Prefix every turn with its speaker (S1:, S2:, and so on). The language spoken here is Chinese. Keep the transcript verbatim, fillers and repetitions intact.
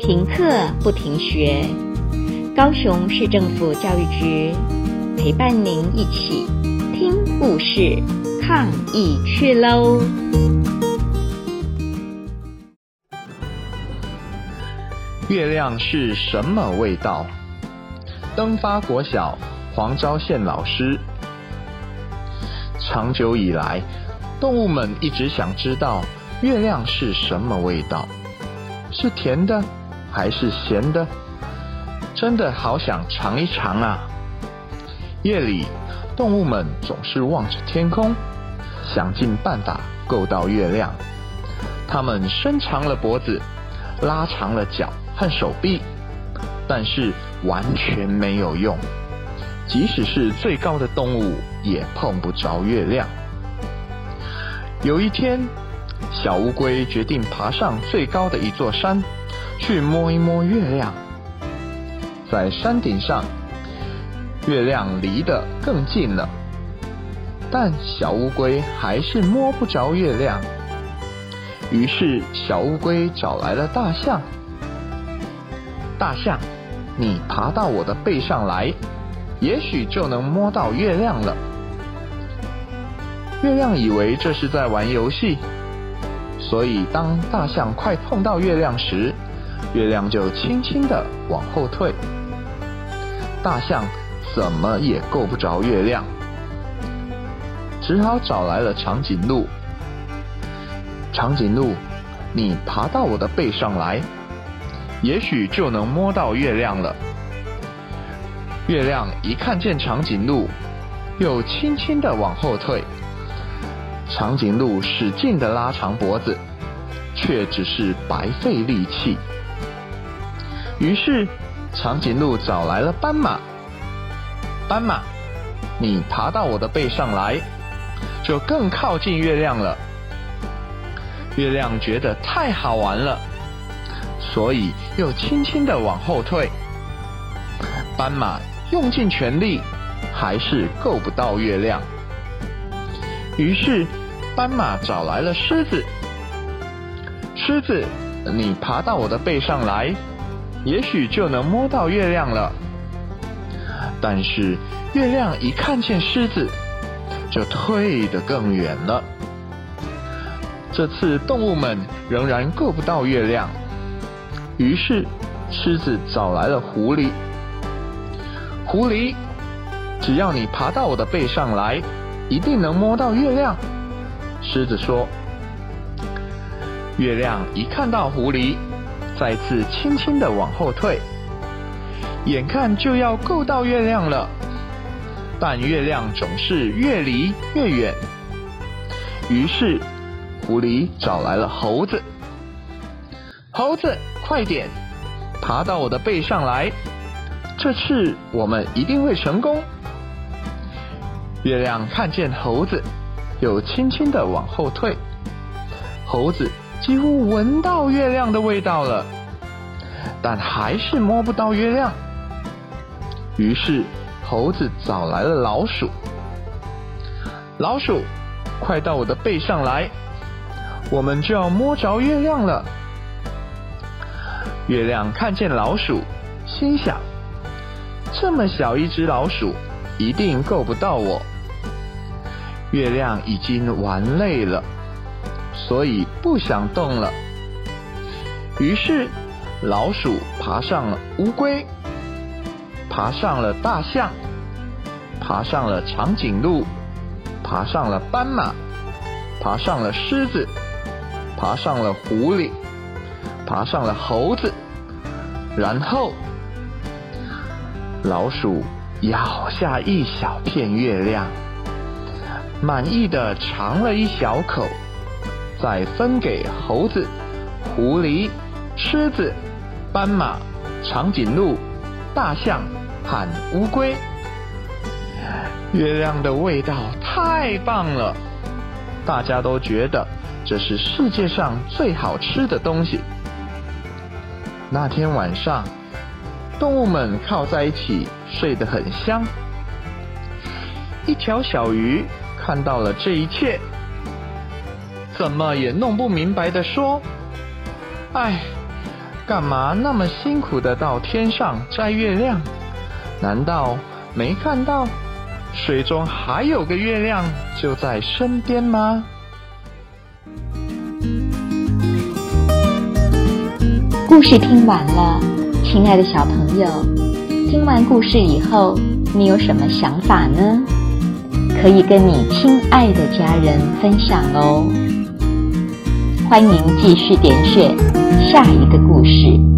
S1: 停课不停学，高雄市政府教育局陪伴您一起听故事、抗疫去喽！
S2: 月亮是什么味道？登发国小黄昭宪老师。长久以来，动物们一直想知道月亮是什么味道，是甜的还是咸的？真的好想尝一尝啊！夜里，动物们总是望着天空，想尽办法够到月亮。它们伸长了脖子，拉长了脚和手臂，但是完全没有用。即使是最高的动物，也碰不着月亮。有一天，小乌龟决定爬上最高的一座山，去摸一摸月亮。在山顶上，月亮离得更近了，但小乌龟还是摸不着月亮。于是小乌龟找来了大象。大象，你爬到我的背上来，也许就能摸到月亮了。月亮以为这是在玩游戏，所以当大象快碰到月亮时，月亮就轻轻地往后退。大象怎么也够不着月亮，只好找来了长颈鹿。长颈鹿，你爬到我的背上来，也许就能摸到月亮了。月亮一看见长颈鹿，又轻轻地往后退。长颈鹿使劲地拉长脖子，却只是白费力气。于是长颈鹿找来了斑马。斑马，你爬到我的背上来，就更靠近月亮了。月亮觉得太好玩了，所以又轻轻地往后退。斑马用尽全力，还是够不到月亮。于是斑马找来了狮子。狮子，你爬到我的背上来，也许就能摸到月亮了。但是月亮一看见狮子，就退得更远了。这次动物们仍然够不到月亮，于是狮子找来了狐狸。狐狸，只要你爬到我的背上来，一定能摸到月亮。狮子说。月亮一看到狐狸，再次轻轻地往后退，眼看就要够到月亮了，但月亮总是越离越远。于是狐狸找来了猴子。猴子，快点爬到我的背上来，这次我们一定会成功。月亮看见猴子，又轻轻地往后退。猴子几乎闻到月亮的味道了，但还是摸不到月亮。于是猴子找来了老鼠。老鼠，快到我的背上来，我们就要摸着月亮了。月亮看见老鼠，心想，这么小一只老鼠，一定够不到我。月亮已经玩累了，所以不想动了。于是老鼠爬上了乌龟，爬上了大象，爬上了长颈鹿，爬上了斑马，爬上了狮子，爬上了狐狸，爬上了猴子，然后老鼠咬下一小片月亮，满意的尝了一小口，再分给猴子、狐狸、狮子、斑马、长颈鹿、大象和乌龟。月亮的味道太棒了，大家都觉得这是世界上最好吃的东西。那天晚上，动物们靠在一起睡得很香。一条小鱼看到了这一切，怎么也弄不明白地说：哎， 干嘛那么辛苦的到天上摘月亮？难道没看到水中还有个月亮就在身边吗？
S1: 故事听完了，亲爱的小朋友，听完故事以后，你有什么想法呢？可以跟你亲爱的家人分享哦。欢迎继续点选下一个故事。